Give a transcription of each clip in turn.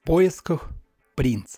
поисках принца.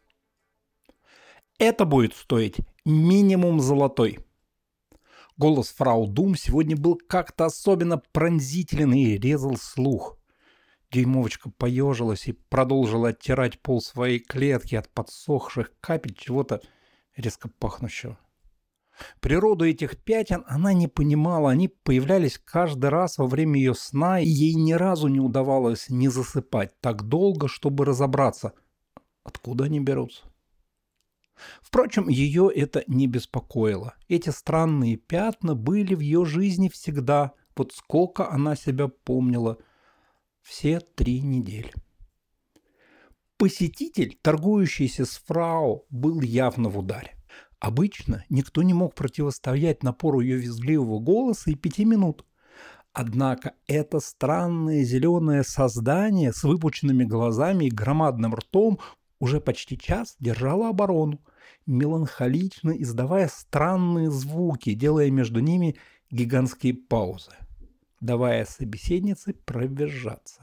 Это будет стоить минимум золотой. Голос фрау Дум сегодня был как-то особенно пронзителен и резал слух. Дюймовочка поежилась и продолжила оттирать пол своей клетки от подсохших капель чего-то резко пахнущего. Природу этих пятен она не понимала, они появлялись каждый раз во время ее сна, и ей ни разу не удавалось не засыпать так долго, чтобы разобраться, откуда они берутся. Впрочем, ее это не беспокоило. Эти странные пятна были в ее жизни всегда, вот сколько она себя помнила, все 3 недели. Посетитель, торгующийся с фрау, был явно в ударе. Обычно никто не мог противостоять напору ее визгливого голоса и 5 минут. Однако это странное зеленое создание с выпученными глазами и громадным ртом уже почти час держало оборону, меланхолично издавая странные звуки, делая между ними гигантские паузы, давая собеседнице провизжаться.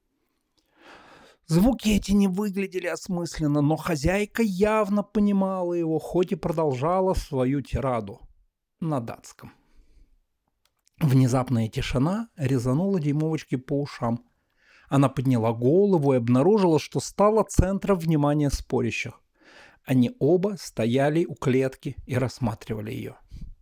Звуки эти не выглядели осмысленно, но хозяйка явно понимала его, хоть и продолжала свою тираду на датском. Внезапная тишина резанула Дюймовочке по ушам. Она подняла голову и обнаружила, что стала центром внимания спорящих. Они оба стояли у клетки и рассматривали ее.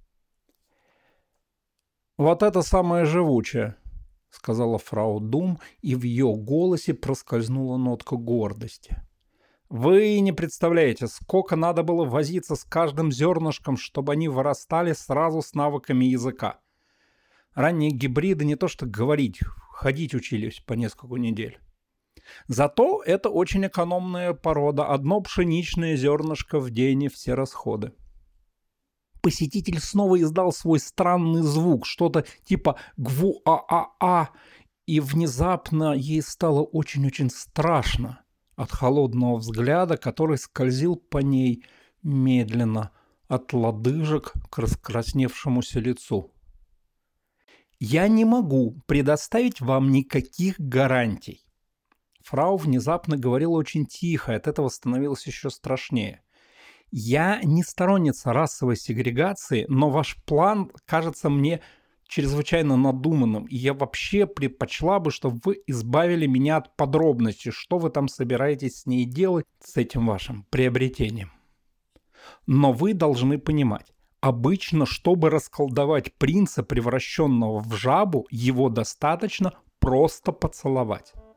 «Вот это самое живучее», — сказала фрау Дум, и в ее голосе проскользнула нотка гордости. «Вы не представляете, сколько надо было возиться с каждым зернышком, чтобы они вырастали сразу с навыками языка. Ранние гибриды не то что говорить, ходить учились по несколько недель. Зато это очень экономная порода, одно пшеничное зернышко в день и все расходы». Посетитель снова издал свой странный звук, что-то типа «гву-а-а-а», и внезапно ей стало очень-очень страшно от холодного взгляда, который скользил по ней медленно, от лодыжек к раскрасневшемуся лицу. «Я не могу предоставить вам никаких гарантий». Фрау внезапно говорила очень тихо, и от этого становилось еще страшнее. «Я не сторонница расовой сегрегации, но ваш план кажется мне чрезвычайно надуманным, и я вообще предпочла бы, чтобы вы избавили меня от подробностей, что вы там собираетесь с ней делать, с этим вашим приобретением. Но вы должны понимать, обычно, чтобы расколдовать принца, превращенного в жабу, его достаточно просто поцеловать».